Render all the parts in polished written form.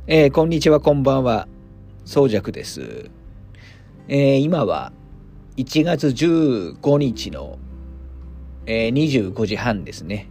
こんにちは、こんばんは。宗尺です。今は1月15日の、25時半ですね。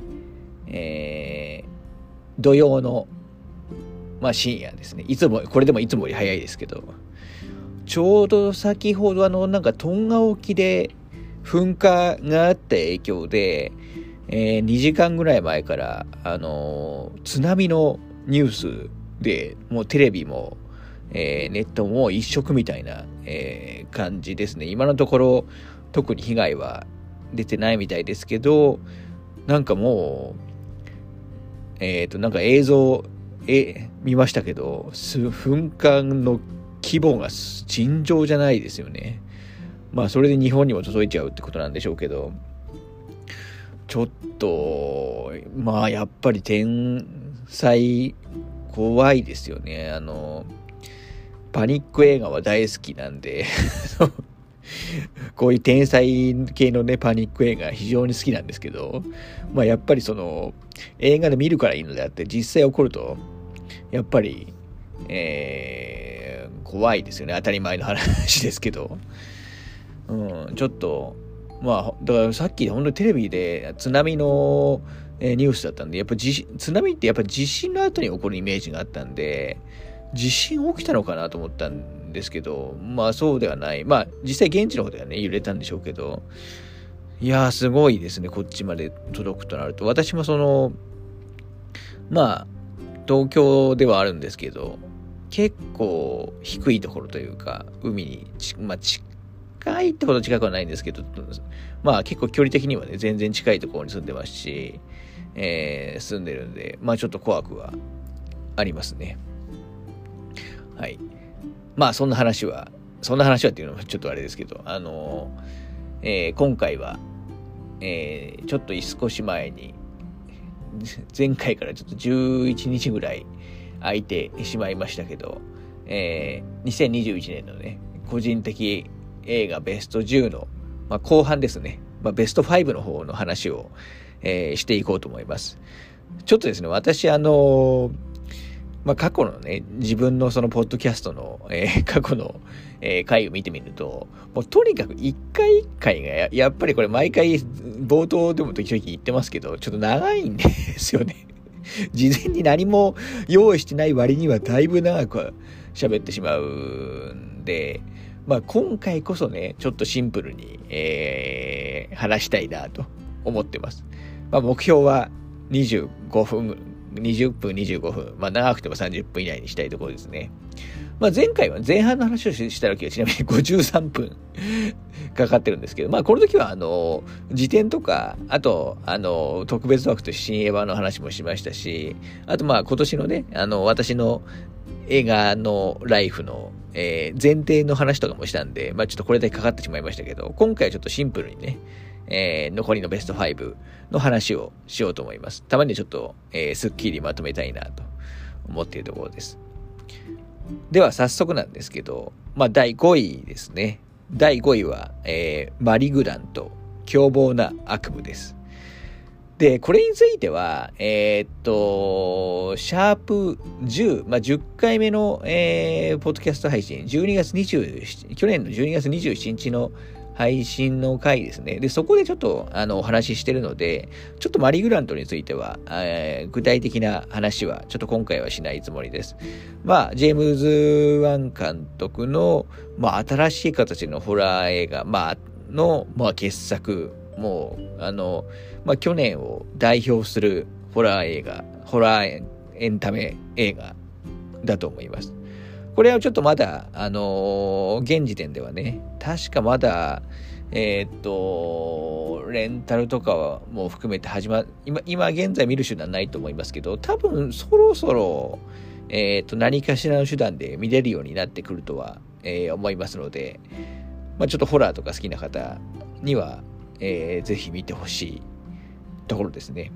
土曜の、深夜ですね。これでもいつもより早いですけど、ちょうど先ほどトンガ沖で噴火があった影響で、2時間ぐらい前から、津波のニュースでもうテレビも、ネットも一色みたいな、感じですね。今のところ特に被害は出てないみたいですけど、もう映像見ましたけど、噴火の規模が尋常じゃないですよね。それで日本にも届いちゃうってことなんでしょうけど、ちょっとやっぱり天災怖いですよね。パニック映画は大好きなんでこういう天才系のねパニック映画非常に好きなんですけど、やっぱり映画で見るからいいのであって実際起こるとやっぱり、怖いですよね。当たり前の話ですけど、ちょっとだからさっき本当にテレビで津波のニュースだったんで、やっぱ津波ってやっぱ地震の後に起こるイメージがあったんで、地震起きたのかなと思ったんですけど、そうではない。実際現地の方ではね揺れたんでしょうけど、いやーすごいですね。こっちまで届くとなると、私も東京ではあるんですけど、結構低いところというか海に近いってほど近くはないんですけど、結構距離的にはね全然近いところに住んでますし、住んでるんでちょっと怖くはありますね。はい。そんな話はっていうのもちょっとあれですけど、今回は、ちょっと少し前に前回からちょっと11日ぐらい空いてしまいましたけど、2021年のね個人的映画ベスト10の、後半ですね、ベスト5の方の話を、していこうと思います。ちょっとですね、私過去のね自分のそのポッドキャストの、過去の、回を見てみると、もうとにかく一回一回がやっぱりこれ毎回冒頭でも時々言ってますけど、ちょっと長いんですよね。事前に何も用意してない割にはだいぶ長く喋ってしまうんで、今回こそねちょっとシンプルに、話したいなと思ってます。目標は20分25分、長くても30分以内にしたいところですね。前回は前半の話をした時はちなみに53分かかってるんですけど、この時は辞典とか、あと特別枠と新映画の話もしましたし、あと今年のね私の映画のライフの、前提の話とかもしたんで、ちょっとこれだけかかってしまいましたけど、今回はちょっとシンプルにね、残りのベスト5の話をしようと思います。たまにちょっと、スッキリまとめたいなと思っているところです。では早速なんですけど、第5位ですね。第5位は、マリグラント凶暴な悪夢です。で、これについては、シャープ10、10回目の、ポッドキャスト配信、去年の12月27日の配信の回ですね。で、そこでちょっと、お話ししてるので、ちょっとマリグラントについては、具体的な話は、ちょっと今回はしないつもりです。ジェームズ・ワン監督の、新しい形のホラー映画、の、傑作、去年を代表するホラーエンタメ映画だと思います。これはちょっとまだ、現時点ではね、確かまだ、レンタルとかはもう含めて今現在見る手段ないと思いますけど、多分そろそろ、何かしらの手段で見れるようになってくるとは、思いますので、ちょっとホラーとか好きな方には、ぜひ見てほしいところですね。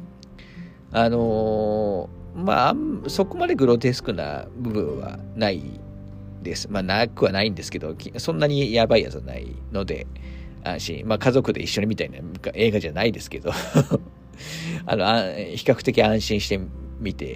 そこまでグロテスクな部分はないです。なくはないんですけど、そんなにやばいやつはないので安心。家族で一緒に見たいな映画じゃないですけど比較的安心して見て、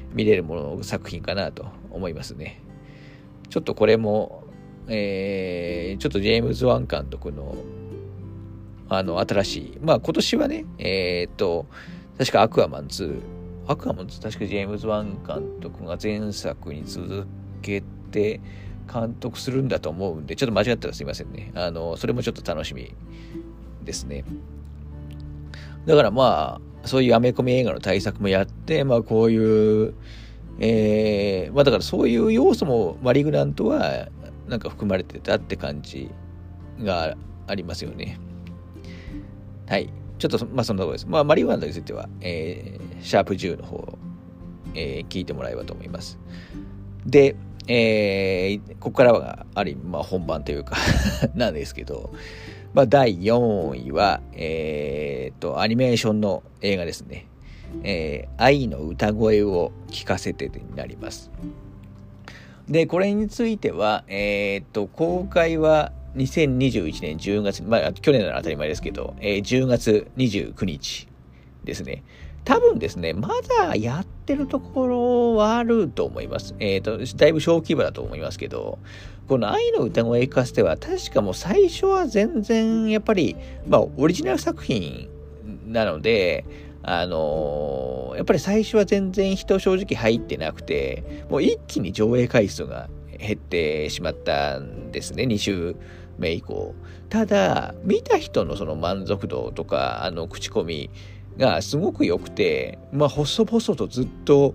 見れる作品かなと思いますね。ちょっとこれも、ちょっとジェームズ・ワン監督の新しい、まあ今年はね、確かアクアマン2、確かジェームズ・ワン監督が前作に続けて監督するんだと思うんで、ちょっと間違ったらすいませんね。それもちょっと楽しみですね。だからまあ、そういうアメコミ映画の対策もやって、まあこういう、まあだからそういう要素もマリグナントはなんか含まれてたって感じがありますよね。はい。ちょっとまあそんなところです。まあマリグナントについては、シャープ10の方、聞いてもらえばと思います。で、ここからはある意味まあ本番というかなんですけど、まあ第4位は、アニメーションの映画ですね。愛の歌声を聞かせてになります。で、これについては、公開は2021年10月、まあ、去年なら当たり前ですけど、10月29日ですね。多分ですね、まだやってるところはあると思います。だいぶ小規模だと思いますけど、この愛の歌声かつては、確かもう最初は全然、やっぱり、まあ、オリジナル作品なので、やっぱり最初は全然人正直入ってなくて、もう一気に上映回数が減ってしまったんですね、2週目以降。ただ、見た人のその満足度とか、口コミがすごく良くて、まあ、細々とずっと、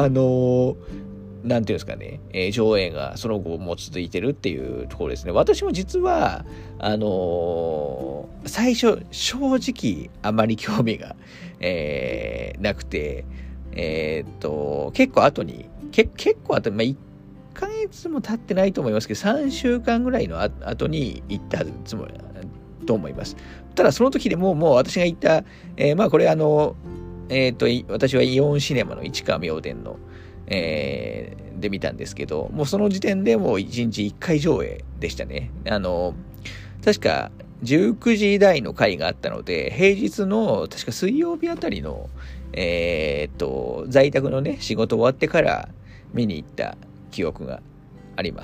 なんていうんですかね、上映がその後も続いてるっていうところですね。私も実は、最初、正直あまり興味が、なくて、結構後に、結構後に、まあ、1ヶ月も経ってないと思いますけど、3週間ぐらいの後に行ったつもりと思います。ただその時でもう私が行った、まあこれ私はイオンシネマの市川妙典の、で見たんですけど、もうその時点でもう1日1回上映でしたね。確か19時台の回があったので、平日の確か水曜日あたりの、在宅のね、仕事終わってから見に行った記憶があります。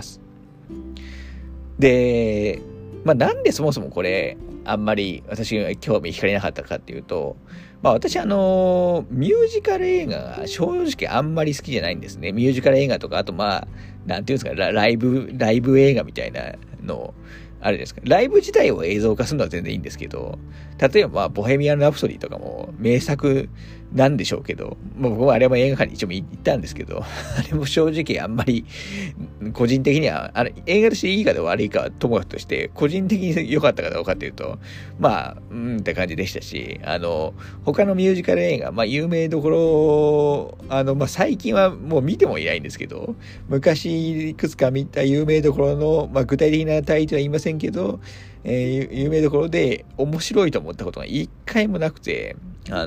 で、まあなんでそもそもこれ、あんまり私が興味惹かれなかったかっていうと、まあ私ミュージカル映画が正直あんまり好きじゃないんですね。ミュージカル映画とか、あとまあ、なんていうんですか、ライブ映画みたいなの、あれですか、ライブ自体を映像化するのは全然いいんですけど、例えばまあ、ボヘミアン・ラプソディとかも名作なんでしょうけど、まあ、僕はあれも映画館に一応行ったんですけど、あれも正直あんまり、個人的には、映画としていいかで悪いかはともかくとして、個人的に良かったかどうかっていうと、まあ、って感じでしたし、他のミュージカル映画、まあ、有名どころ、まあ、最近はもう見てもいないんですけど、昔いくつか見た有名どころの、まあ、具体的なタイトルは言いませんけど、有名どころで面白いと思ったことが一回もなくて、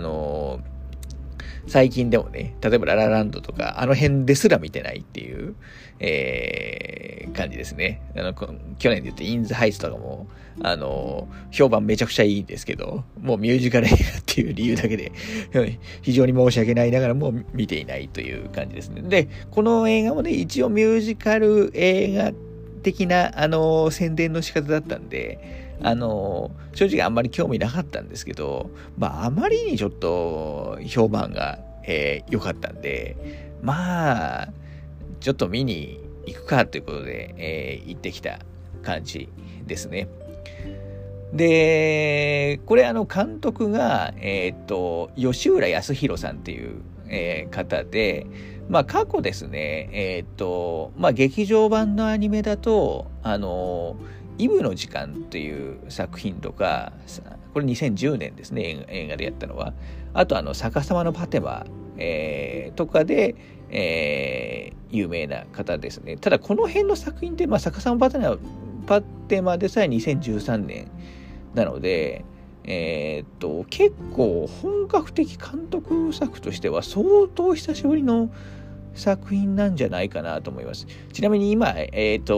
最近でもね、例えばララランドとか、あの辺ですら見てないっていう、感じですね。去年で言ってインズハイツとかも、評判めちゃくちゃいいんですけど、もうミュージカル映画っていう理由だけで、非常に申し訳ないながらも見ていないという感じですね。で、この映画もね、一応ミュージカル映画的な、宣伝の仕方だったんで、正直あんまり興味なかったんですけど、まあ、あまりにちょっと評判が、良かったんで、まあ、ちょっと見に行くかということで、行ってきた感じですね。で、これ監督が、吉浦康弘さんっていう、方で、まあ過去ですね、まあ劇場版のアニメだと、イブの時間という作品とか、これ2010年ですね、映画でやったのは。あと逆さまのパテマ、とかで、有名な方ですね。ただこの辺の作品で、まあ逆さまパテマでさえ2013年なので、結構本格的監督作としては相当久しぶりの作品なんじゃないかなと思います。ちなみに今、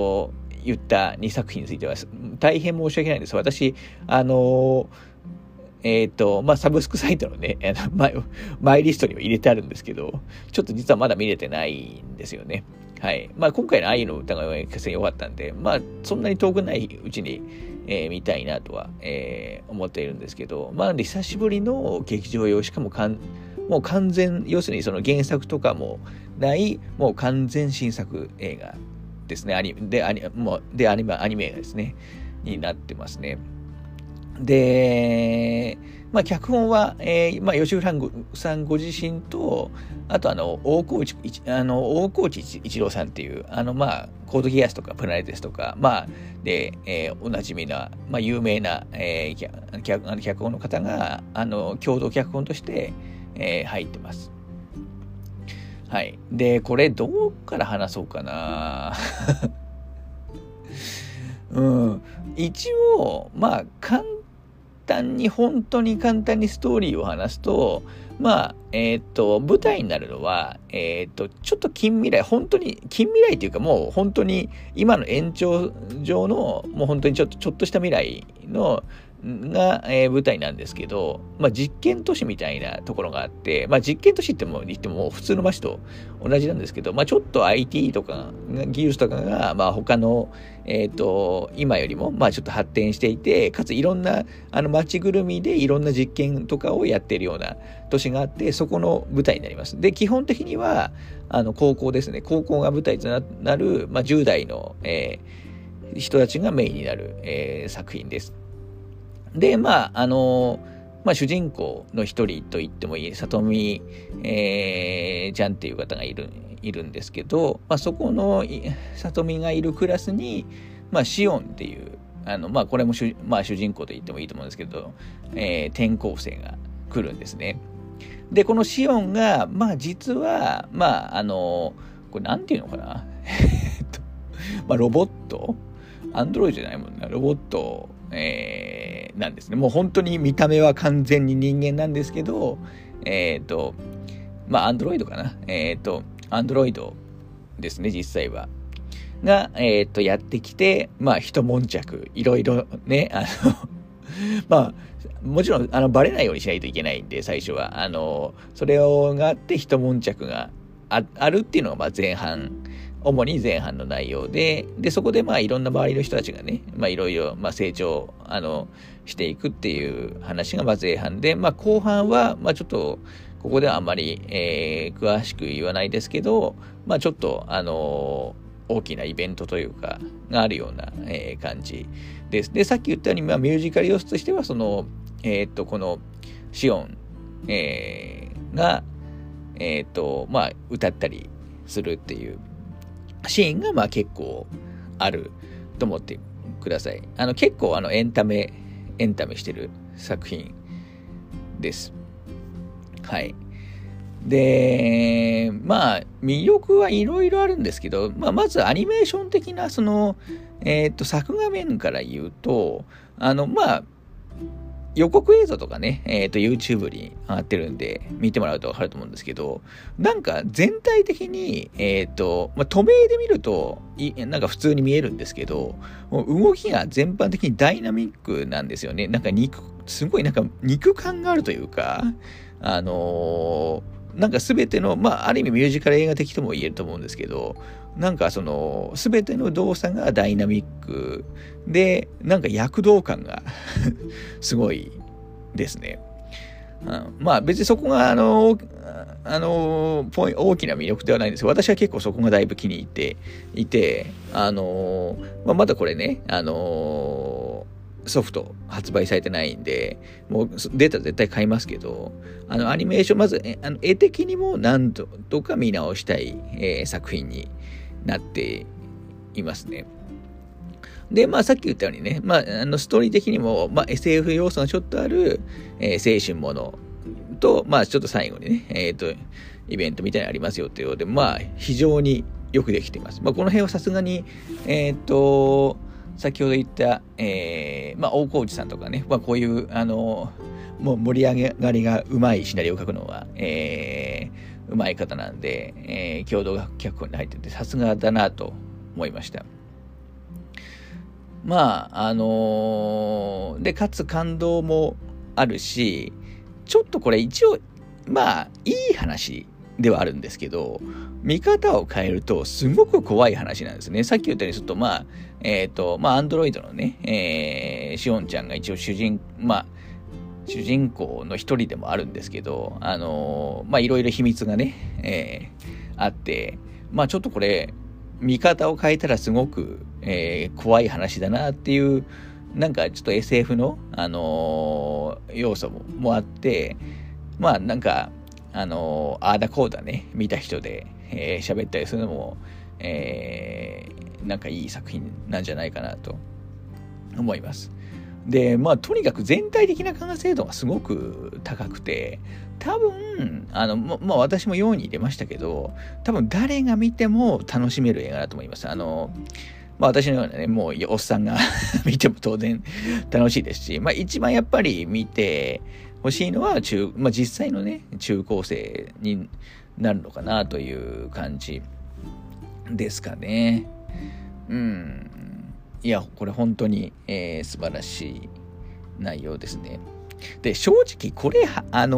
言った2作品については大変申し訳ないんです。私、 サブスクサイトのね、マイリストには入れてあるんですけど、ちょっと実はまだ見れてないんですよね。はい。今回の愛の歌が良かったんで、そんなに遠くないうちに、見たいなとは、思っているんですけど、久しぶりの劇場用、しかももう完全、要するにその原作とかもない、もう完全新作映画ですね。アニメ映画ですね。になってますね。で、脚本は、吉浦さんご自身と、あと大河内一郎さんっていう、コードギアスとかプラネテスとか、で、おなじみな、有名な、脚本の方が、共同脚本として、入ってます。はい。で、これ、どっから話そうかな。一応、本当に簡単にストーリーを話すと、舞台になるのは、ちょっと近未来、本当に、近未来っていうかもう本当に今の延長上の、もう本当にちょっとした未来が、舞台なんですけど、実験都市みたいなところがあって、実験都市って言っても普通の街と同じなんですけど、ちょっと IT とか技術とかが、他の、今よりも、ちょっと発展していて、かついろんな、街ぐるみでいろんな実験とかをやっているような都市があって、そこの舞台になります。で、基本的には、高校ですね。高校が舞台となる、10代の、人たちがメインになる、作品です。で、主人公の一人と言ってもいい、里見、ちゃんっていう方がいるんですけど、そこの里見がいるクラスに、シオンっていう、これも主人公と言ってもいいと思うんですけど、転校生が来るんですね。で、このシオンが、実は、これなんていうのかなロボットアンドロイドじゃないもんな、ロボット、なんですね。もう本当に見た目は完全に人間なんですけど、アンドロイドかな。アンドロイドですね、実際は。が、やってきて、一悶着、いろいろね、もちろん、バレないようにしないといけないんで、最初は。それがあって、一悶着があるっていうのが、主に前半の内容で、そこでいろんな周りの人たちがね、いろいろ成長、していくっていう話が前半で、後半は、ちょっと、ここではあんまり、詳しく言わないですけど、ちょっと、大きなイベントというか、があるような、感じです。で、さっき言ったように、ミュージカル要素としては、この、シオン、が、歌ったりするっていうシーンが結構あると思ってください。結構エンタメしてる作品です。はい。で、魅力はいろいろあるんですけど、まずアニメーション的な作画面から言うと、予告映像とかね、YouTube に上がってるんで、見てもらうとわかると思うんですけど、なんか全体的に、透明で見ると、なんか普通に見えるんですけど、動きが全般的にダイナミックなんですよね。なんかすごいなんか肉感があるというか、なんか全ての、ある意味ミュージカル映画的とも言えると思うんですけど、なんか全ての動作がダイナミックで、なんか躍動感がすごいですね。別にそこが大きな魅力ではないんですけど、私は結構そこがだいぶ気に入っていて、まだこれね、ソフト発売されてないんで、もう出たら絶対買いますけど、アニメーション、まず、絵的にも何度とか見直したい、作品になっていますね。で、さっき言ったようにね、ストーリー的にも、SF 要素がちょっとある、青春ものと、ちょっと最後にね、イベントみたいなのありますよっていうので、非常によくできています。この辺はさすがに、先ほど言った、大河内さんとかね、こういう、もう盛り上がりがうまいシナリオを書くのは、うまい方なんで、共同脚本に入ってて、さすがだなと思いました。で、かつ感動もあるし、ちょっとこれ一応、まあ、いい話ではあるんですけど、見方を変えると、すごく怖い話なんですね。さっき言ったように、ちょっとまあ、アンドロイドのね、シオンちゃんが一応主人公の一人でもあるんですけど、まあ、いろいろ秘密がね、あって、まあ、ちょっとこれ、見方を変えたらすごく、怖い話だなっていう、なんかちょっと SF の、要素もあって、まあ、なんか、ああだこうだね、見た人で、喋ったりするのも、なんかいい作品なんじゃないかなと思います。で、まあ、とにかく全体的な完成度がすごく高くて、多分、まあ、私も4位に出ましたけど、多分誰が見ても楽しめる映画だと思います。まあ、私のようなね、もうおっさんが見ても当然楽しいですし、まあ、一番やっぱり見てほしいのはまあ、実際のね、中高生になるのかなという感じですかね。いや、これ本当に、素晴らしい内容ですね。で、正直これ、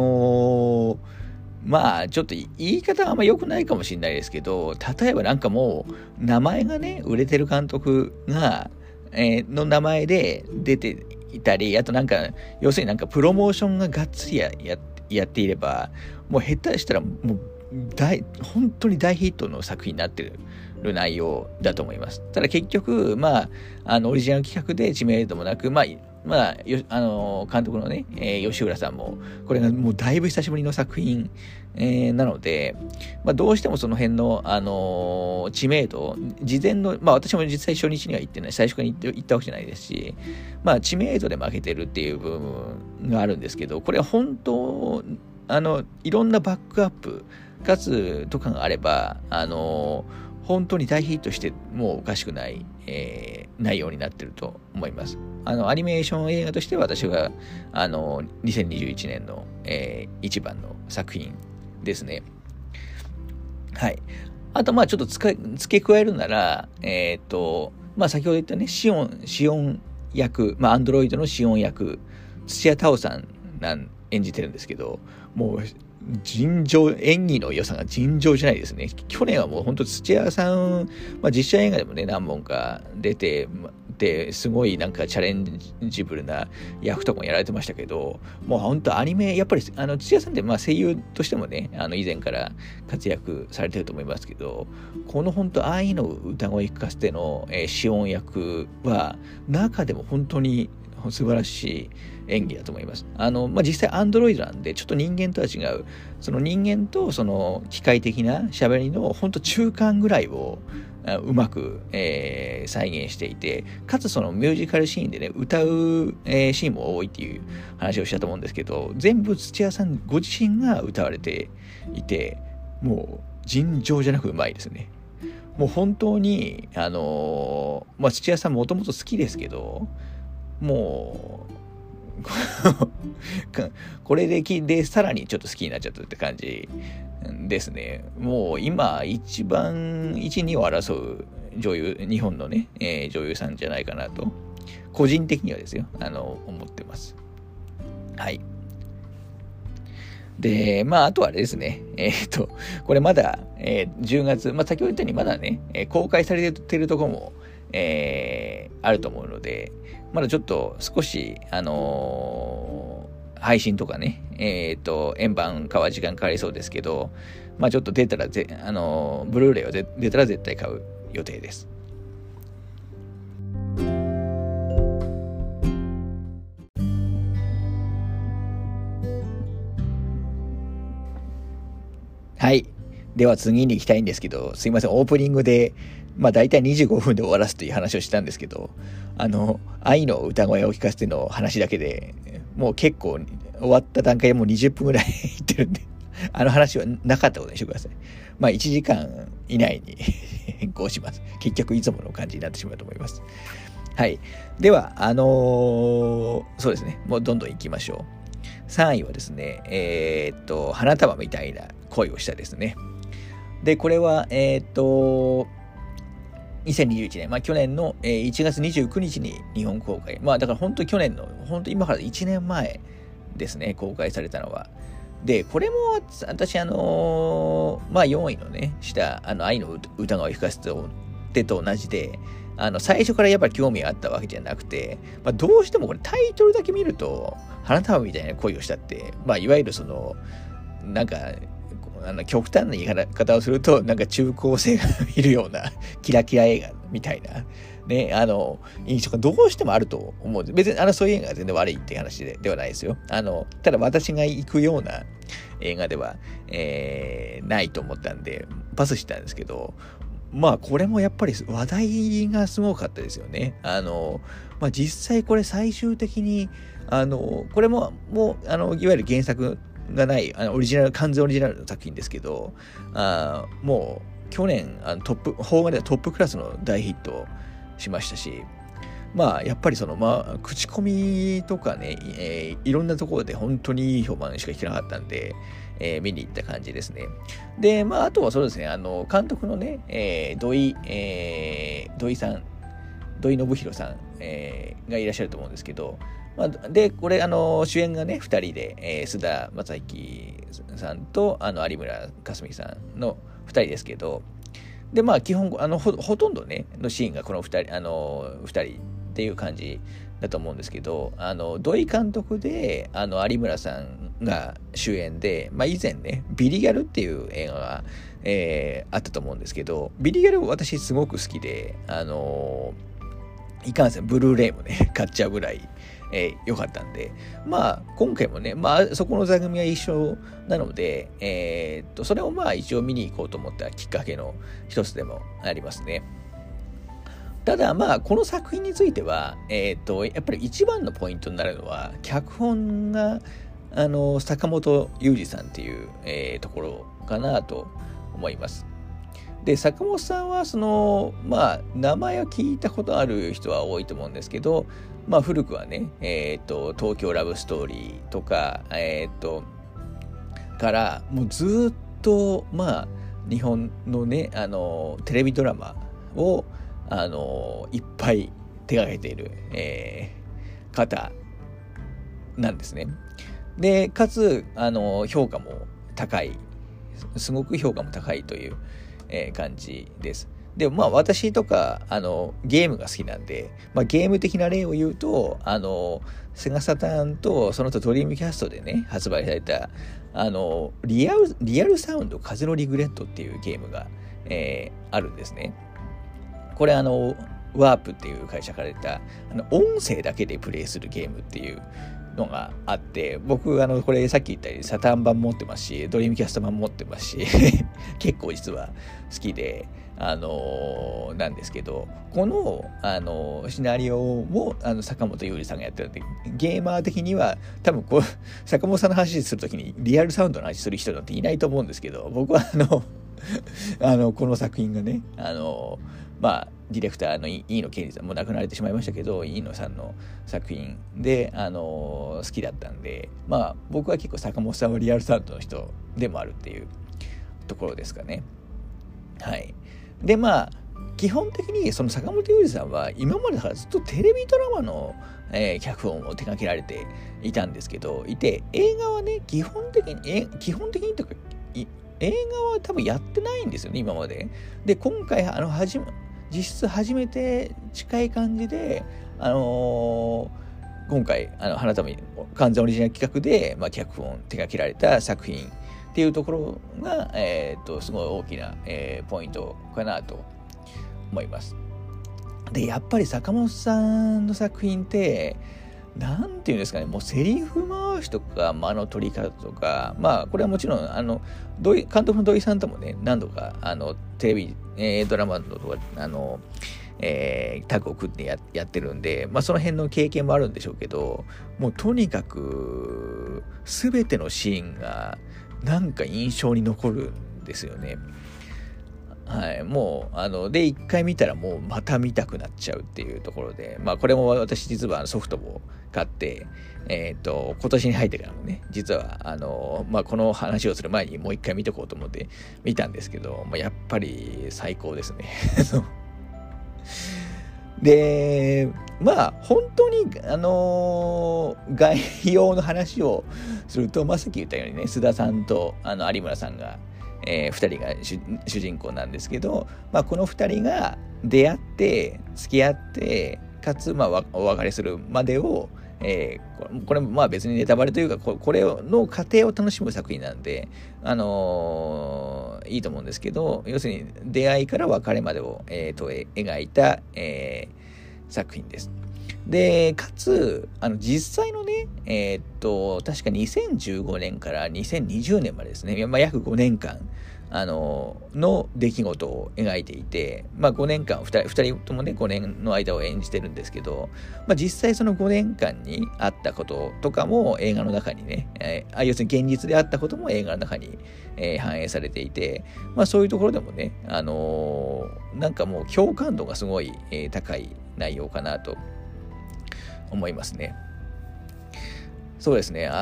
まあ、ちょっと言い方はあんま良くないかもしれないですけど、例えばなんかもう、名前がね、売れてる監督が、の名前で出ていたり、あとなんか、要するになんかプロモーションががっつりやっていれば、もう下手したらもう、本当に大ヒットの作品になってる内容だと思います。ただ結局、まあ、オリジナル企画で知名度もなく、まあ、監督のね、吉浦さんも、これがもうだいぶ久しぶりの作品、なので、まあ、どうしてもその辺の、知名度、事前の、まあ私も実際初日には行ってない、最初から行ったわけじゃないですし、まあ知名度で負けてるっていう部分があるんですけど、これは本当、いろんなバックアップ、かつとかがあれば、本当に大ヒットしてもうおかしくない、内容になってると思います。アニメーション映画としては私が、2021年の、一番の作品ですね。はい。あと、まあちょっと付け加えるなら、まあ先ほど言ったね、シオン役、まあアンドロイドのシオン役、土屋太鳳さん演じてるんですけど、もう、演技の良さが尋常じゃないですね。去年はもう本当土屋さん、まあ、実写映画でもね、何本か出て、すごいなんかチャレンジブルな役とかもやられてましたけど、もう本当アニメ、やっぱり土屋さんってまあ声優としてもね、以前から活躍されてると思いますけど、この本当愛の歌声聞かせての、シオン役は、中でも本当に素晴らしい演技だと思います。まあ、実際アンドロイドなんで、ちょっと人間とは違う、その人間とその機械的な喋りの本当中間ぐらいをうまく、再現していて、かつそのミュージカルシーンでね、歌う、シーンも多いっていう話をしたと思うんですけど、全部土屋さんご自身が歌われていて、もう尋常じゃなくうまいですね。もう本当に、まあ、土屋さんもともと好きですけど、もうこれでさらにちょっと好きになっちゃったって感じですね。もう今一番1、2を争う日本のね、女優さんじゃないかなと、個人的にはですよ、思ってます。はい。で、まあ、あとはあれですね。これまだ、10月、まあ、先ほど言ったようにまだね、公開されてるところも、あると思うので、まだちょっと少し、配信とかね、円盤化は時間かかりそうですけど、まあちょっと出たらブルーレイは出たら絶対買う予定です。はい。では次に行きたいんですけど、すいません、オープニングで、まあ大体25分で終わらすという話をしたんですけど、愛の歌声を聞かせての話だけで、もう結構終わった段階でもう20分ぐらいいってるんで、話はなかったことにしてください。まあ1時間以内に変更します。結局いつもの感じになってしまうと思います。はい。では、そうですね。もうどんどん行きましょう。3位はですね、花束みたいな恋をしたですね。で、これは、2021年、まあ去年の1月29日に日本公開。まあだから本当に去年の、本当今から1年前ですね、公開されたのは。で、これも私4位のね、愛の歌声を吹かせてと同じで、最初からやっぱり興味があったわけじゃなくて、どうしてもこれタイトルだけ見ると、花束みたいな恋をしたって、いわゆるなんか、極端な言い方をすると、なんか中高生が見るようなキラキラ映画みたいな、ね、印象がどうしてもあると思うんです。別にそういう映画が全然悪いっていう話ではないですよ。ただ私が行くような映画では、ないと思ったんで、パスしたんですけど、これもやっぱり話題がすごかったですよね。実際これ最終的に、これもいわゆる原作がない、完全オリジナルの作品ですけど、もう去年、邦画ではトップクラスの大ヒットしましたし、やっぱり口コミとかね、いろんなところで本当にいい評判しか聞けなかったんで、見に行った感じですね。で、あとはそうですね、監督のね、土井信弘さん、がいらっしゃると思うんですけど、で、これ、主演がね、2人で、須田正紀さんと、有村架純さんの2人ですけど、で、基本、ほとんどね、のシーンがこの2人っていう感じだと思うんですけど、土井監督で、有村さんが主演で、以前ね、ビリギャルっていう映画が、あったと思うんですけど、ビリギャル私すごく好きで、いかんせんブルーレイもね、買っちゃうぐらい、良かったんで、今回もね、そこの座組は一緒なので、それを一応見に行こうと思ったきっかけの一つでもありますね。ただこの作品については、やっぱり一番のポイントになるのは、脚本が、坂本雄二さんっていう、ところかなと思います。で、坂本さんは名前を聞いたことある人は多いと思うんですけど、古くはね、東京ラブストーリーとか、からもうずっと日本のねテレビドラマをいっぱい手掛けている、方なんですね。でかつ評価も高い、すごく評価も高いという、感じです。で私とかゲームが好きなんで、ゲーム的な例を言うとセガサターンとその後ドリームキャストでね発売されたリアルサウンド風のリグレットっていうゲームが、あるんですね。これワープっていう会社から出た音声だけでプレイするゲームっていうのがあって、僕これさっき言ったようにサターン版持ってますし、ドリームキャスト版持ってますし結構実は好きでなんですけど、このシナリオも坂本雄二さんがやってるんで、ゲーマー的には多分坂本さんの話するときにリアルサウンドの話する人なんていないと思うんですけど、僕はこの作品がねディレクターの飯野健二さんも亡くなられてしまいましたけど、飯野さんの作品で好きだったんで、僕は結構坂本さんはリアルサウンドの人でもあるっていうところですかね。はい。で基本的にその坂本雄二さんは今までからずっとテレビドラマの、脚本を手掛けられていたんですけど、映画はね基本的にというか映画は多分やってないんですよね今まで。で今回実質初めて近い感じで今回花束完全オリジナル企画で、脚本手掛けられた作品っていうところが、すごい大きな、ポイントかなと思います。でやっぱり坂本さんの作品ってなんていうんですかね、もうセリフ回しとか間の取り方とか、これはもちろん監督の土井さんともね何度かテレビ、ドラマのとかタッグを組ってやってるんで、その辺の経験もあるんでしょうけど、もうとにかく全てのシーンがなんか印象に残るんですよね。はい、もうで一回見たらもうまた見たくなっちゃうっていうところで、これも私実はソフトも買って今年に入ってからもね実はこの話をする前にもう一回見とこうと思って見たんですけど、やっぱり最高ですねで、まあ、本当に、概要の話をすると、さっき言ったようにね、須田さんと、有村さんが、二人が主人公なんですけど、この二人が出会って、付き合って、かつ、お別れするまでを、これも別にネタバレというか、これの過程を楽しむ作品なんで、いいと思うんですけど、要するに出会いから別れまでを、描いた、作品です。で、かつ、実際のね、確か2015年から2020年までですね、約5年間、の出来事を描いていて、5年間、2人ともね、5年の間を演じてるんですけど、実際その5年間にあったこととかも映画の中にね、要するに現実であったことも映画の中に、反映されていて、そういうところでもね、なんかもう共感度がすごい、高い内容かなと思いますね。そうですね、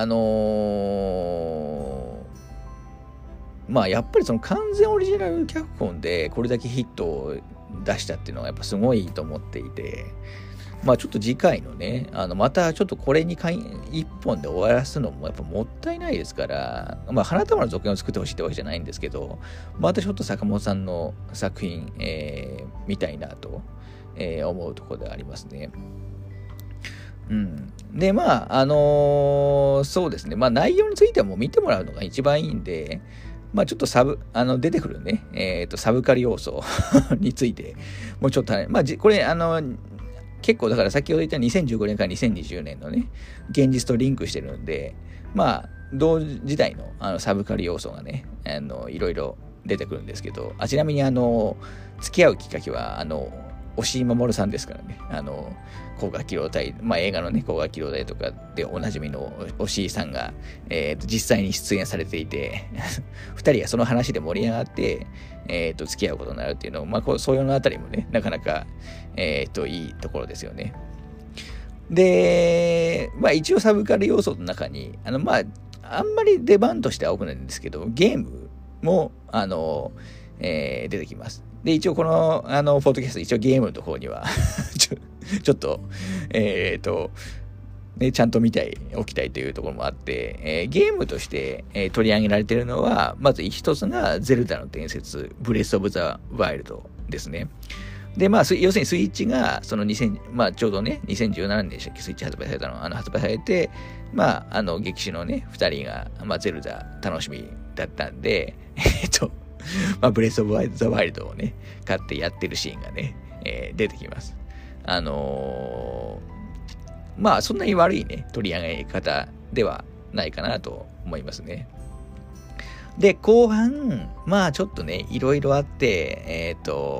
やっぱりその完全オリジナル脚本でこれだけヒットを出したっていうのはやっぱすごいと思っていて、ちょっと次回のね、またちょっとこれに一本で終わらすのもやっぱもったいないですから、花束の続編を作ってほしいってわけじゃないんですけど、またちょっと坂本さんの作品、見たいなと、思うところでありますね。うん。で、そうですね。内容についてはもう見てもらうのが一番いいんで、ちょっと出てくるね、サブカル要素について、もうちょっと、これ、結構だから先ほど言った2015年から2020年のね、現実とリンクしてるんで、同時代のサブカル要素がね、いろいろ出てくるんですけど、ちなみに付き合うきっかけは、押井守さんですからね。高架機動隊、映画のね、高架機動隊とかでおなじみの押井さんが、実際に出演されていて、二人がその話で盛り上がって、付き合うことになるっていうのを、そういうのあたりもね、なかなか、いいところですよね。で、一応サブカル要素の中に、あんまり出番としては多くないんですけど、ゲームも、出てきます。で、一応この、ポッドキャスト、一応ゲームのところにはちょっと、ね、ちゃんと見ておきたいというところもあって、ゲームとして、取り上げられているのは、まず一つが、ゼルダの伝説、ブレス・オブ・ザ・ワイルドですね。で、要するにスイッチが、そのちょうどね、2017年でしたっけ、スイッチ発売されたの、発売されて、劇種のね、二人が、ゼルダ楽しみだったんで、ブレスオブザワイルドをね、買ってやってるシーンがね、出てきます。そんなに悪いね、取り上げ方ではないかなと思いますね。で、後半、ちょっとね、いろいろあって、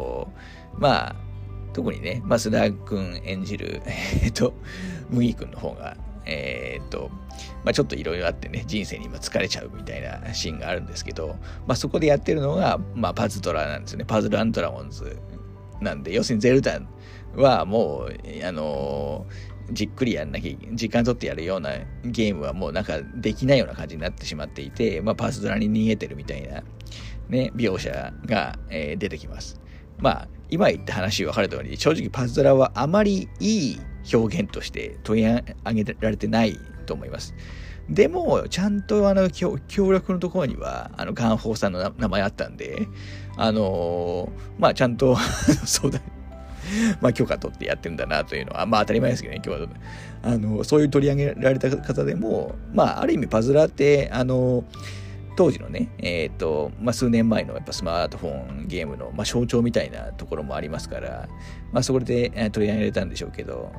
特にね、須田くん演じる、麦くんの方が、ちょっといろいろあってね、人生に今疲れちゃうみたいなシーンがあるんですけど、そこでやってるのが、パズドラなんですよね。パズル&ドラゴンズなんで、要するにゼルダはもう、じっくりやんなきゃ、時間取ってやるようなゲームはもうなんかできないような感じになってしまっていて、パズドラに逃げてるみたいな、ね、描写が、出てきます。今言った話分かる通り、正直パズドラはあまりいい表現として取り上げられてないと思います。でも、ちゃんと協力のところには、ガンホーさんの名前あったんで、ちゃんと、そうだ、許可取ってやってるんだなというのは、当たり前ですけどね、今日は。そういう取り上げられた方でも、ある意味パズドラって、当時のね、数年前のやっぱスマートフォンゲームの、象徴みたいなところもありますから、そこで、取り上げられたんでしょうけど、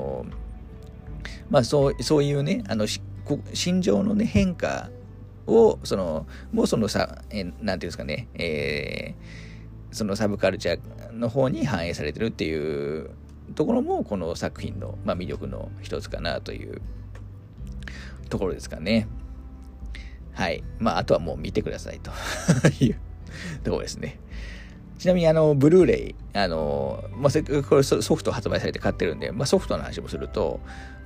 そういうね、心情のね、変化を、もうなんていうんですかね、そのサブカルチャーの方に反映されてるっていうところも、この作品の、魅力の一つかなというところですかね。はい。あとはもう見てくださいというところですね。ちなみにブルーレイ、せっかくこれソフト発売されて買ってるんで、ソフトの話もすると、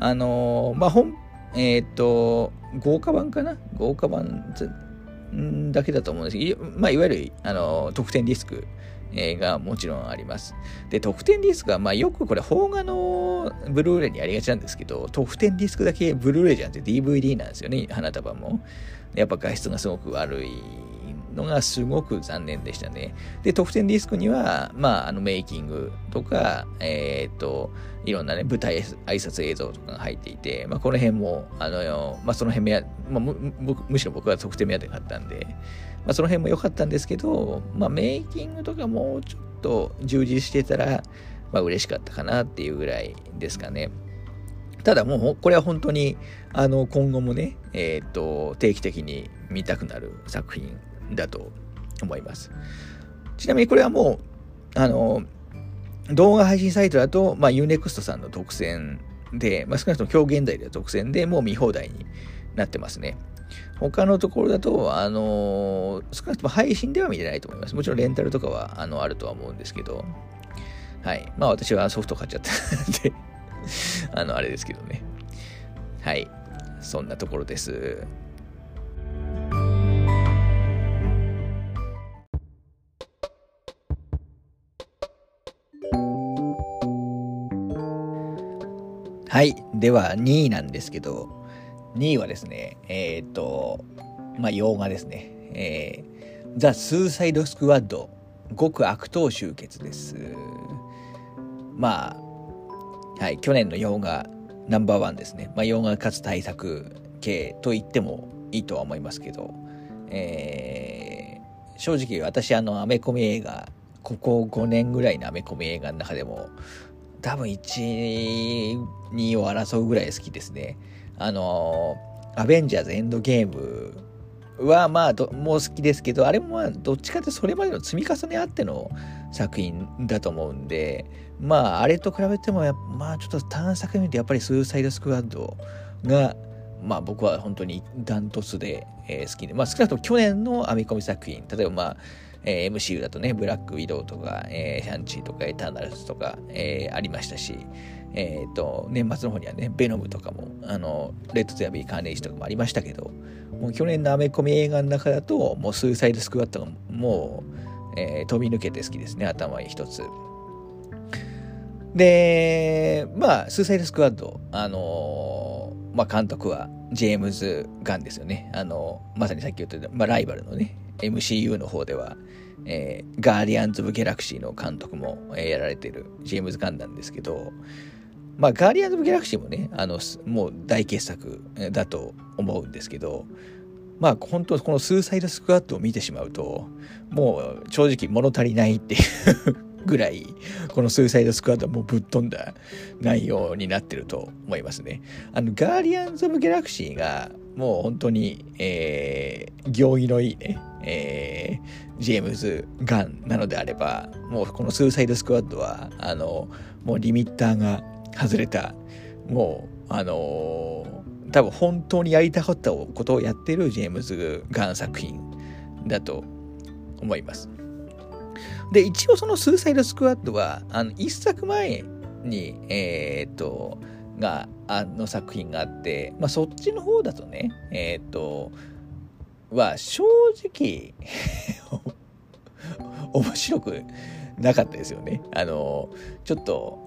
豪華版かな？豪華版だけだと思うんですけど、いわゆる特典ディスク、 がもちろんあります。で、特典ディスクは、まあよくこれ邦画のブルーレイにありがちなんですけど、特典ディスクだけブルーレイじゃなくて DVD なんですよね、花束も。やっぱ画質がすごく悪いのがすごく残念でしたね。で、特典ディスクには、まあ、メイキングとか、いろんなね、舞台挨拶映像とかが入っていて、まあ、この辺も、まあ、その辺むしろ僕は特典目当てがあったんで、まあ、その辺も良かったんですけど、まあ、メイキングとかもうちょっと充実してたら、まあ、嬉しかったかなっていうぐらいですかね。ただもう、これは本当に、今後もね、定期的に見たくなる作品だと思います。ちなみにこれはもう、動画配信サイトだと、まあ、Unext さんの独占で、まあ、少なくとも今日現在では独占でもう見放題になってますね。他のところだと、少なくとも配信では見れないと思います。もちろんレンタルとかは、あるとは思うんですけど、はい。まあ、私はソフト買っちゃったんで、あれですけどね。はい。そんなところです。はい。では、2位なんですけど、2位はですね、まあ、洋画ですね。ザ・スーサイド・スクワッド、極悪党集結です。まあ、はい。去年の洋画ナンバーワンですね。まあ、洋画かつ大作系と言ってもいいとは思いますけど、正直私アメコミ映画、ここ5年ぐらいのアメコミ映画の中でも、多分1、2を争うぐらい好きですね。アベンジャーズエンドゲームはまあもう好きですけど、あれもまあどっちかってそれまでの積み重ねあっての作品だと思うんで、まああれと比べてもまあちょっと単作見てやっぱりスーサイドスクワッドがまあ僕は本当にダントツで、好きで、まあ少なくとも去年の編み込み作品、例えばまあMCU だとね、ブラックウィドウとか、シャンチーとかエターナルズとか、ありましたし、年末の方にはね、ベノムとかも、レッド・ゼア・ビー・カーネイジとかもありましたけど、もう去年のアメコミ映画の中だと、もうスーサイド・スクワットがもう、飛び抜けて好きですね、頭一つ。で、まあ、スーサイド・スクワッド、まあ、監督はジェームズ・ガンですよね。まさにさっき言った、まあ、ライバルのね、MCU の方では、ガーディアンズ・オブ・ギャラクシーの監督も、やられているジェームズ・ガンなんですけど、まあ、ガーディアンズ・オブ・ギャラクシーもね、もう大傑作だと思うんですけど、まあ、本当このスーサイド・スクワットを見てしまうと、もう正直物足りないっていうぐらい、このスーサイドスクワットはもうぶっ飛んだ内容になってると思いますね。ガーディアンズ・オブ・ギャラクシーがもう本当に、行儀のいいね、ジェームズ・ガンなのであれば、もうこのスーサイドスクワットは、もうリミッターが外れた、もう、多分本当にやりたかったことをやってるジェームズ・ガン作品だと思います。で、一応そのスーサイドスクワットは、一作前に、作品があって、まあ、そっちの方だとね、は正直、面白くなかったですよね。ちょっと、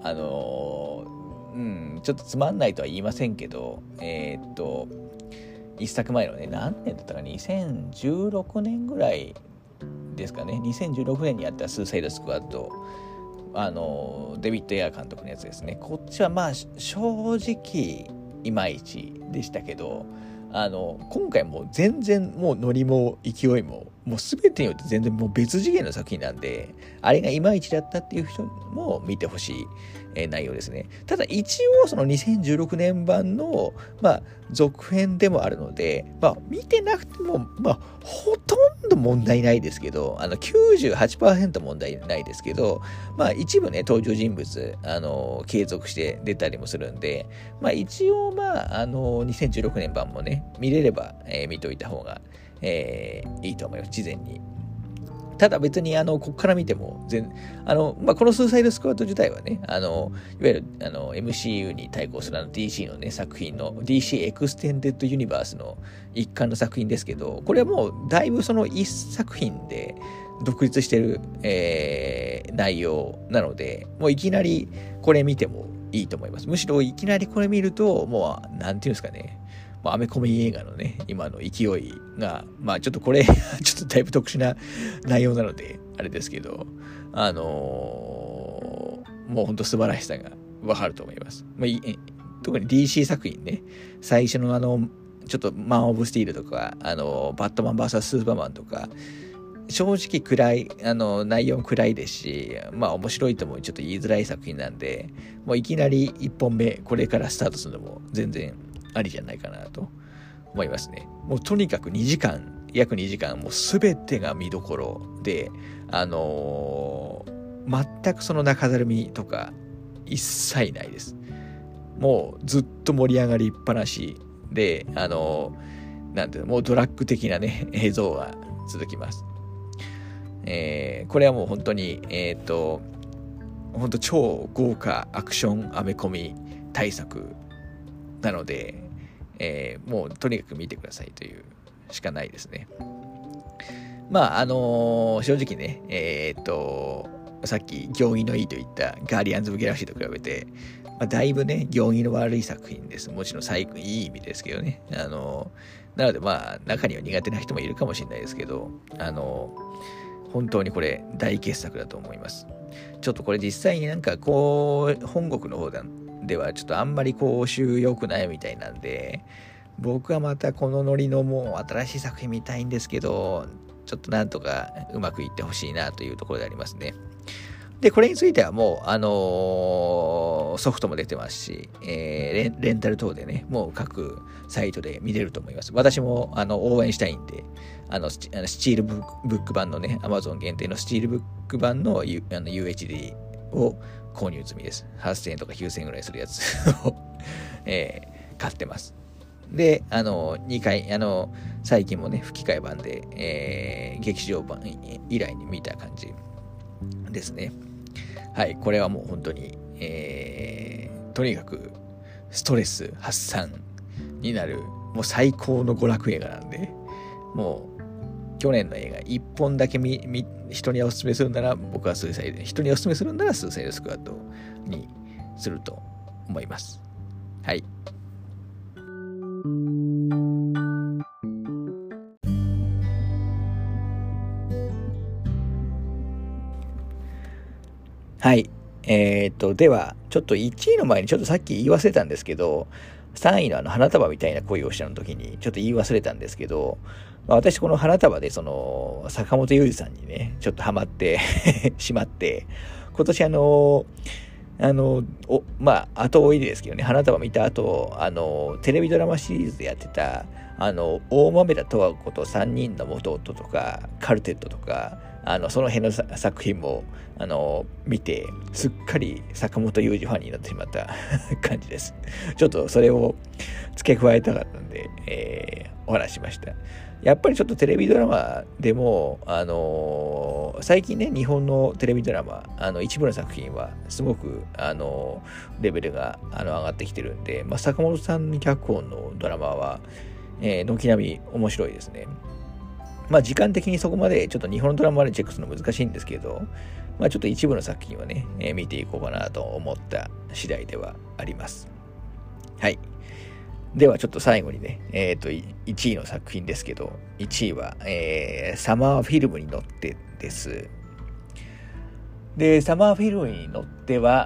ちょっとつまんないとは言いませんけど、一作前のね、何年だったか、2016年ぐらいですかね。2016年にやったスーサイドスクワット、デビッド・エア監督のやつですね。こっちはまあ正直いまいちでしたけど、今回もう全然もうノリも勢いももう全てによって全然もう別次元の作品なんで、あれがいまいちだったっていう人も見てほしい、内容ですね。ただ一応その2016年版のまあ続編でもあるので、まあ見てなくてもまあほとんど問題ないですけど、98% 問題ないですけど、まあ一部ね登場人物継続して出たりもするんで、まあ一応まあ2016年版もね見れれば、見といた方がいいと思います。事前に。 ただ別にここから見てもこのスーサイドスクワット自体はね、いわゆるMCU に対抗するDC のね作品の DC エクステンデッドユニバースの一環の作品ですけど、これはもうだいぶその一作品で独立してる、内容なので、もういきなりこれ見てもいいと思います。むしろいきなりこれ見ると、もうなんていうんですかね、アメコミ映画のね、今の勢いが、ちょっとこれ、ちょっとだいぶ特殊な内容なので、あれですけど、もう本当素晴らしさがわかると思います。特に DC 作品ね、最初のちょっとマン・オブ・スティールとか、バットマン VS スーパーマンとか、正直暗い、内容も暗いですし、面白いともちょっと言いづらい作品なんで、もういきなり1本目、これからスタートするのも全然ありじゃないかなと思いますね。もうとにかく約2時間、もうすべてが見どころで、全くその中だるみとか一切ないです。もうずっと盛り上がりっぱなしで、なんていうの、もうドラッグ的なね、映像が続きます。これはもう本当に、本当超豪華アクションアメコミ大作なので、もうとにかく見てくださいというしかないですね。正直ね、さっき行儀のいいと言ったガーディアンズ・オブ・ギャラクシーと比べて、だいぶね、行儀の悪い作品です。もちろんいい意味ですけどね。なので中には苦手な人もいるかもしれないですけど、本当にこれ大傑作だと思います。ちょっとこれ実際になんかこう、本国の方ではちょっとあんまり講習良くないみたいなんで、僕はまたこのノリのもう新しい作品見たいんですけど、ちょっとなんとかうまくいってほしいなというところでありますね。で、これについてはもう、ソフトも出てますし、レンタル等でね、もう各サイトで見れると思います。私も応援したいんで、スチールブック版のね、Amazon 限定のスチールブック版の、UHD を購入済みです。8000円とか9000円ぐらいするやつを、買ってます。で、2回、最近もね、吹き替え版で、劇場版以来に見た感じですね。はい、これはもう本当に、とにかくストレス発散になる、もう最高の娯楽映画なんで、もう去年の映画1本だけ人におすすめするなら、僕は人におすすめするならスーサイドスクワットにすると思います。はい。はい。では、ちょっと1位の前にちょっとさっき言い忘れたんですけど、3位の花束みたいな恋をしたの時にちょっと言い忘れたんですけど、私この花束で坂本雄二さんにね、ちょっとハマってしまって、今年後追いですけどね、花束見た後、テレビドラマシリーズでやってた、大豆田十和子と3人の元夫とか、カルテットとか、その辺の作品も、見て、すっかり坂本雄二ファンになってしまった感じです。ちょっとそれを付け加えたかったんで、お話ししました。やっぱりちょっとテレビドラマでも、最近ね、日本のテレビドラマ、一部の作品はすごく、レベルが上がってきてるんで、坂本さん脚本のドラマは、軒並み面白いですね。時間的にそこまでちょっと日本のドラマまでチェックするの難しいんですけど、ちょっと一部の作品はね、見ていこうかなと思った次第ではあります。はい。ではちょっと最後にね、1位の作品ですけど、1位は、サマーフィルムに乗ってです。で、サマーフィルムに乗っては、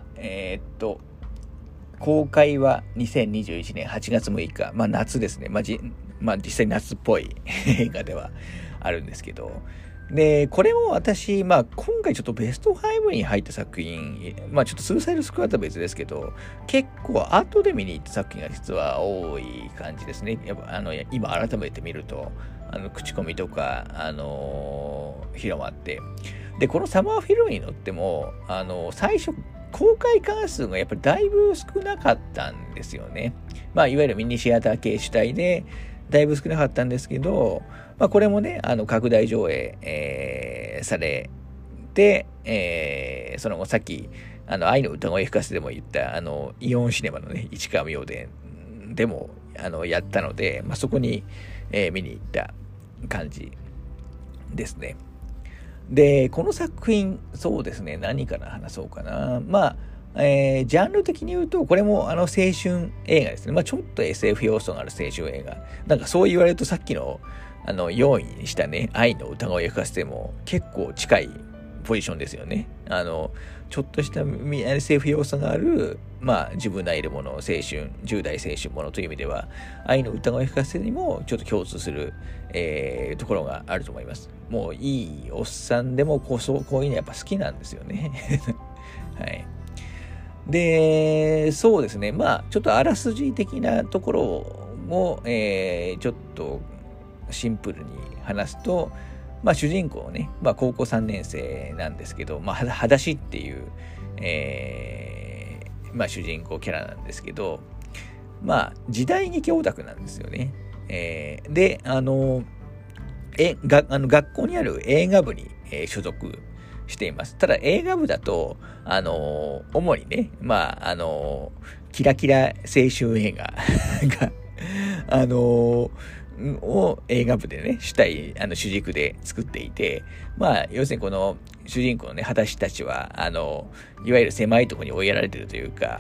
公開は2021年8月6日、夏ですね。実際夏っぽい映画ではあるんですけど、で、これも私、今回ちょっとベスト5に入った作品、ちょっとスーサイドスクワットは別ですけど、結構後で見に行った作品が実は多い感じですね。やっぱ今改めて見ると、口コミとか、広まって。で、このサマーフィルムに乗っても、最初、公開関数がやっぱりだいぶ少なかったんですよね。いわゆるミニシアター系主体で、だいぶ少なかったんですけど、これもね、拡大上映、 されて、その後さっき、愛の歌声吹かせでも言った、イオンシネマのね、市川明殿でも、やったので、そこに、見に行った感じですね。で、この作品、そうですね、何から話そうかな。ジャンル的に言うと、これも青春映画ですね。ちょっと SF 要素のある青春映画。なんかそう言われるとさっきの、4位にしたね、愛の歌声吹かせても結構近いポジションですよね。ちょっとした SF 要素がある、自分のいるもの、青春、10代青春ものという意味では、愛の歌声吹かせにもちょっと共通する、ところがあると思います。もういいおっさんでもこういうのやっぱ好きなんですよね。はい。で、そうですね。ちょっとあらすじ的なところを、ちょっとシンプルに話すと、主人公ね、高校3年生なんですけど、裸足っていう、主人公キャラなんですけど、時代劇オタクなんですよね。で、学校にある映画部に、所属しています。ただ映画部だと、主にね、キラキラ青春映画が、を映画部でね、主軸で作っていて、要するにこの主人公のね、裸足たちは、いわゆる狭いところに追いやられてるというか、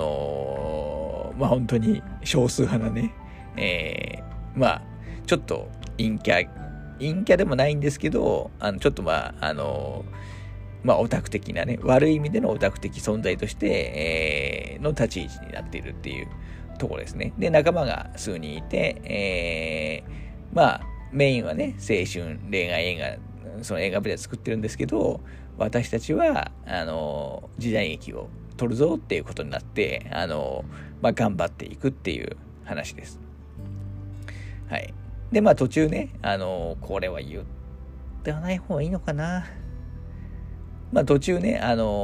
本当に少数派なね、ちょっと陰キャでもないんですけど、ちょっとオタク的なね、悪い意味でのオタク的存在として、の立ち位置になっているっていうところですね。で、仲間が数人いて、メインはね、青春恋愛映画、その映画部で作ってるんですけど、私たちは、時代劇を撮るぞっていうことになって、頑張っていくっていう話です。はい。で、途中ね、これは言ってはない方がいいのかな。途中ね、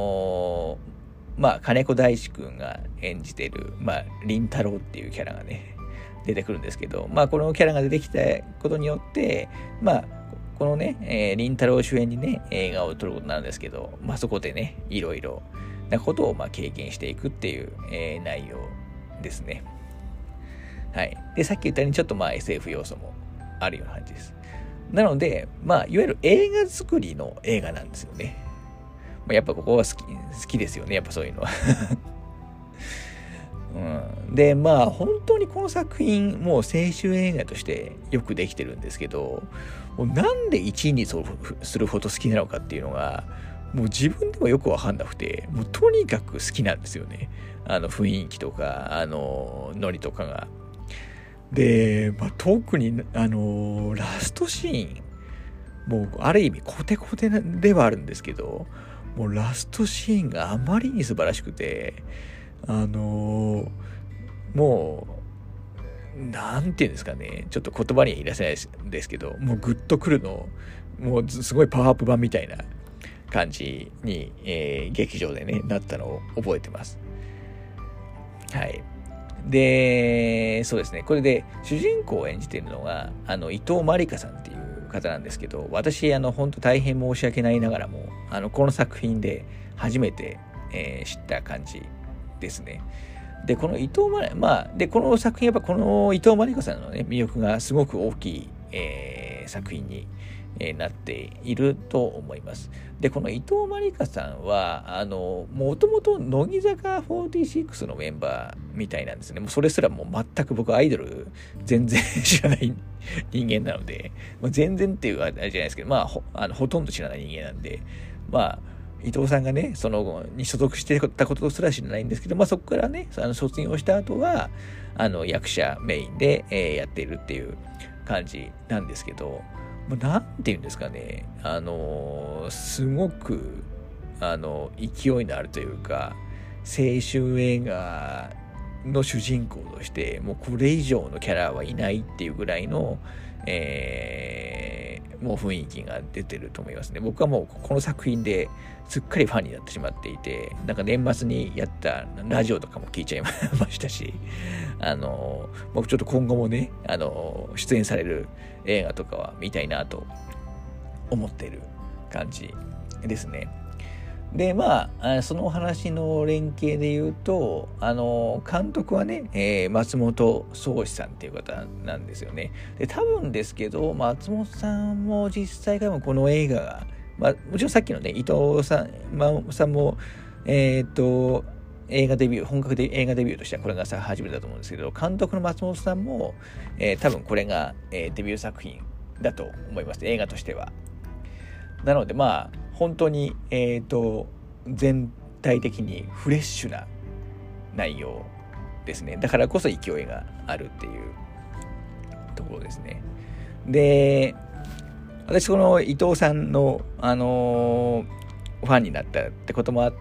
金子大地くんが演じてる、凛太郎っていうキャラがね、出てくるんですけど、このキャラが出てきたことによって、このね、凛太郎主演にね、映画を撮ることになるんですけど、そこでね、いろいろなことを経験していくっていう、内容ですね。はい。で、さっき言ったようにちょっとSF 要素もあるような感じです。なので、いわゆる映画作りの映画なんですよね。やっぱここは好きですよね。やっぱそういうのは。で、本当にこの作品、もう青春映画としてよくできてるんですけど、もうなんで1位にするほど好きなのかっていうのが、もう自分でもよくわかんなくて、もうとにかく好きなんですよね。雰囲気とか、ノリとかが。で、特に、ラストシーン、もうある意味コテコテではあるんですけど、もうラストシーンがあまりに素晴らしくて、もう、なんていうんですかね、ちょっと言葉には言い出せないですけど、もうグッとくるの、もうすごいパワーアップ版みたいな感じに、劇場でね、なったのを覚えてます。はい。で、そうですね、これで主人公を演じているのが、伊藤まりかさんっていう方なんですけど、私、本当大変申し訳ないながらも、この作品で初めて、知った感じですね。で、このこの作品、やっぱこの伊藤まりかさんのね、魅力がすごく大きい、作品になっていると思います。で、この伊藤まりかさんは、もともと乃木坂46のメンバーみたいなんですね。もうそれすらもう全く僕アイドル全然知らない人間なので、全然っていうあれじゃないですけど、ほとんど知らない人間なんで、伊藤さんがね、その後に所属してたことすら知らないんですけど、そこからね、卒業した後は、役者メインで、やっているっていう感じなんですけど、なんていうんですかね、すごく、勢いのあるというか、青春映画の主人公として、もうこれ以上のキャラはいないっていうぐらいの、もう雰囲気が出てると思いますね。僕はもうこの作品ですっかりファンになってしまっていて、なんか年末にやったラジオとかも聞いちゃいましたし、僕ちょっと今後もね、出演される映画とかは見たいなと思っている感じですね。で、そのお話の連携で言うと、監督はね、松本壮志さんっていう方なんですよね。で、多分ですけど、松本さんも実際からもこの映画が、もちろんさっきのね、伊藤さんも、映画デビュー、本格的映画デビューとしてはこれが初めてだと思うんですけど、監督の松本さんも、多分これが、デビュー作品だと思います。映画としては。なので本当に、全体的にフレッシュな内容ですね。だからこそ勢いがあるっていうところですね。で、私この伊藤さんの、ファンになったってこともあって、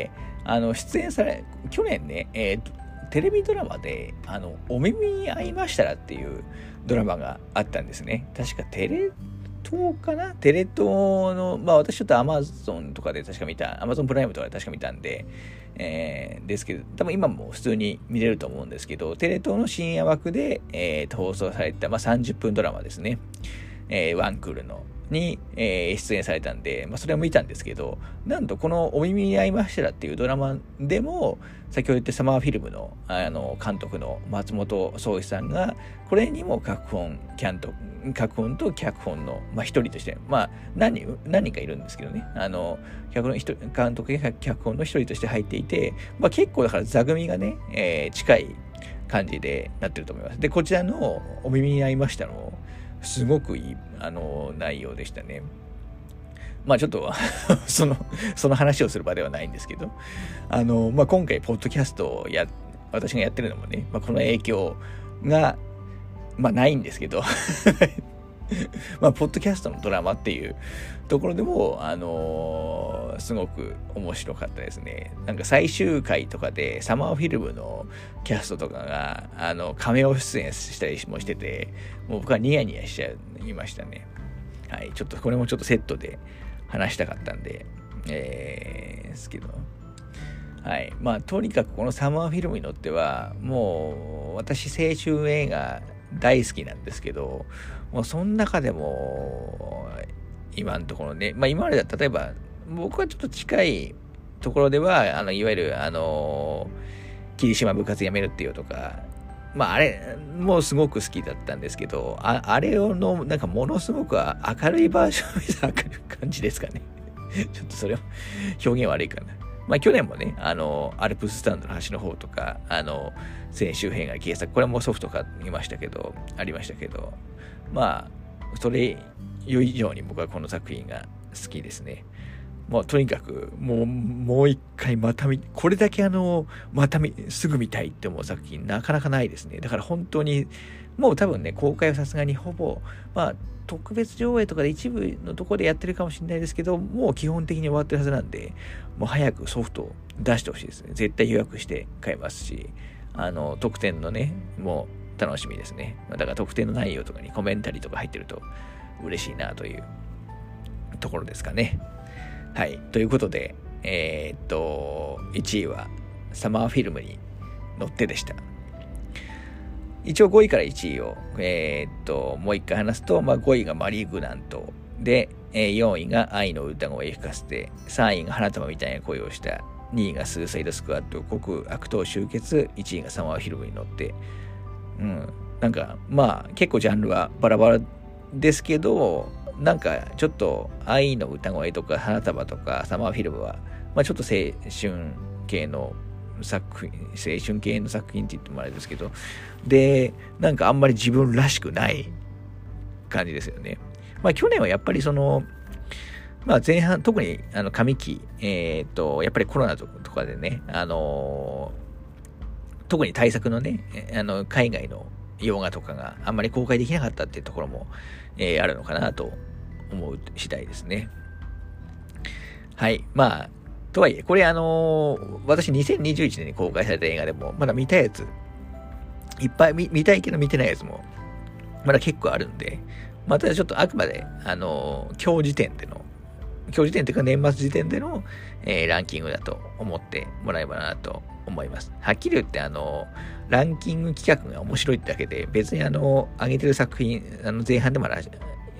出演去年ね、テレビドラマで、お耳に合いましたらっていうドラマがあったんですね。確かテレ東かな、テレ東の、私ちょっと Amazon とかで確か見た、Amazon プライムとかで確か見たんで、ですけど、多分今も普通に見れると思うんですけど、テレ東の深夜枠で、放送された、30分ドラマですね。ワンクールのに、出演されたんで、それを見たんですけど、なんとこのお耳に合いましたらっていうドラマでも、先ほど言ったサマーフィルムの、監督の松本壮志さんが、これにも脚本と脚本の、一人として、何人かいるんですけどね、監督や脚本の一人として入っていて、結構だから座組がね、近い感じでなってると思います。で、こちらのお耳に合いましたの、すごくいい、内容でしたね。ちょっとその話をする場ではないんですけど、今回、ポッドキャストを私がやってるのもね、この影響が、ないんですけど、ポッドキャストのドラマっていうところでも、すごく面白かったですね。なんか最終回とかで、サマーフィルムのキャストとかが、カメオ出演したりもしてて、もう僕はニヤニヤしちゃいましたね。はい。これもちょっとセットで話したかったんで、ですけど。はい。とにかくこのサマーフィルムにとっては、もう、私、青春映画大好きなんですけど、もうその中でも、今のところね、今までだ例えば、僕はちょっと近いところでは、いわゆる、霧島部活やめるっていうとか、あれもすごく好きだったんですけど、あれの、なんかものすごく明るいバージョンみたいな感じですかね。ちょっとそれは表現悪いかな。去年もね、アルプススタンドの端の方とか、先週編が原作、これもソフトありましたけど、それ以上に僕はこの作品が好きですね。とにかく、もう一回これだけすぐ見たいって思う作品なかなかないですね。だから本当に、もう多分ね、公開はさすがにほぼ、特別上映とかで一部のところでやってるかもしれないですけど、もう基本的に終わってるはずなんで、もう早くソフトを出してほしいですね。絶対予約して買えますし、特典のね、もう楽しみですね。だから特典の内容とかにコメンタリーとか入ってると嬉しいなというところですかね。はい。ということで、1位はサマーフィルムに乗ってでした。一応5位から1位を、もう一回話すと、5位がマリー・グラントで、4位が愛の歌声吹かせて、3位が花束みたいな声をした、2位がスーサイドスクワット、極悪党集結、1位がサマーフィルムに乗って、なんか、結構ジャンルはバラバラですけど、なんかちょっと愛の歌声とか花束とかサマーフィルムは、ちょっと青春系の作品って言ってもあれですけど、で、なんかあんまり自分らしくない感じですよね。去年はやっぱり前半、特に上期、やっぱりコロナとかでね、特に対策のね、海外の洋画とかがあんまり公開できなかったっていうところも、あるのかなと思う次第ですね。はい。とはいえ、これ私2021年に公開された映画でも、まだ見たやつ、いっぱい見たいけど見てないやつも、まだ結構あるんで、ただちょっとあくまで、今日時点っていうか年末時点での、ランキングだと思ってもらえばなと思います。はっきり言ってランキング企画が面白いってだけで、別に上げてる作品、前半でも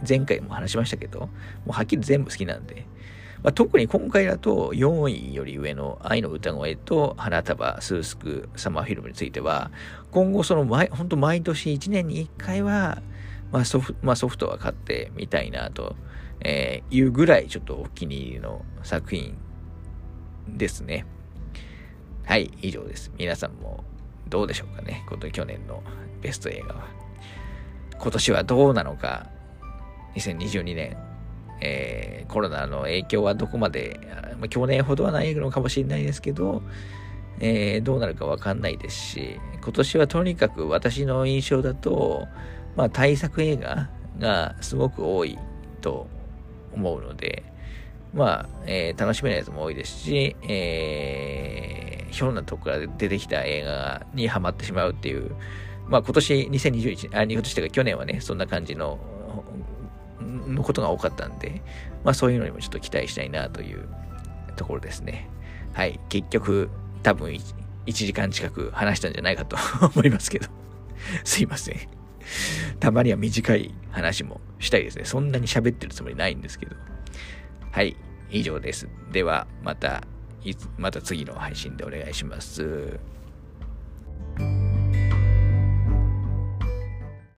前回も話しましたけど、もうはっきり全部好きなんで、特に今回だと4位より上の愛の歌声と花束、スースク、サマーフィルムについては、今後本当毎年1年に1回は、ソフトは買ってみたいなというぐらいちょっとお気に入りの作品ですね。はい、以上です。皆さんもどうでしょうかね。去年のベスト映画は。今年はどうなのか、2022年、コロナの影響はどこまで、去年ほどはないのかもしれないですけど、どうなるかわかんないですし、今年はとにかく私の印象だと、大作映画がすごく多いと思うので、楽しめないやつも多いですし、ひょんなとこから出てきた映画にハマってしまうっていう、今年2021年、今年というか去年はね、そんな感じのことが多かったんで、そういうのにもちょっと期待したいなというところですね。はい。結局、多分1時間近く話したんじゃないかと思いますけど、すいません。たまには短い話もしたいですね。そんなに喋ってるつもりないんですけど。はい。以上です。では、また次の配信でお願いします。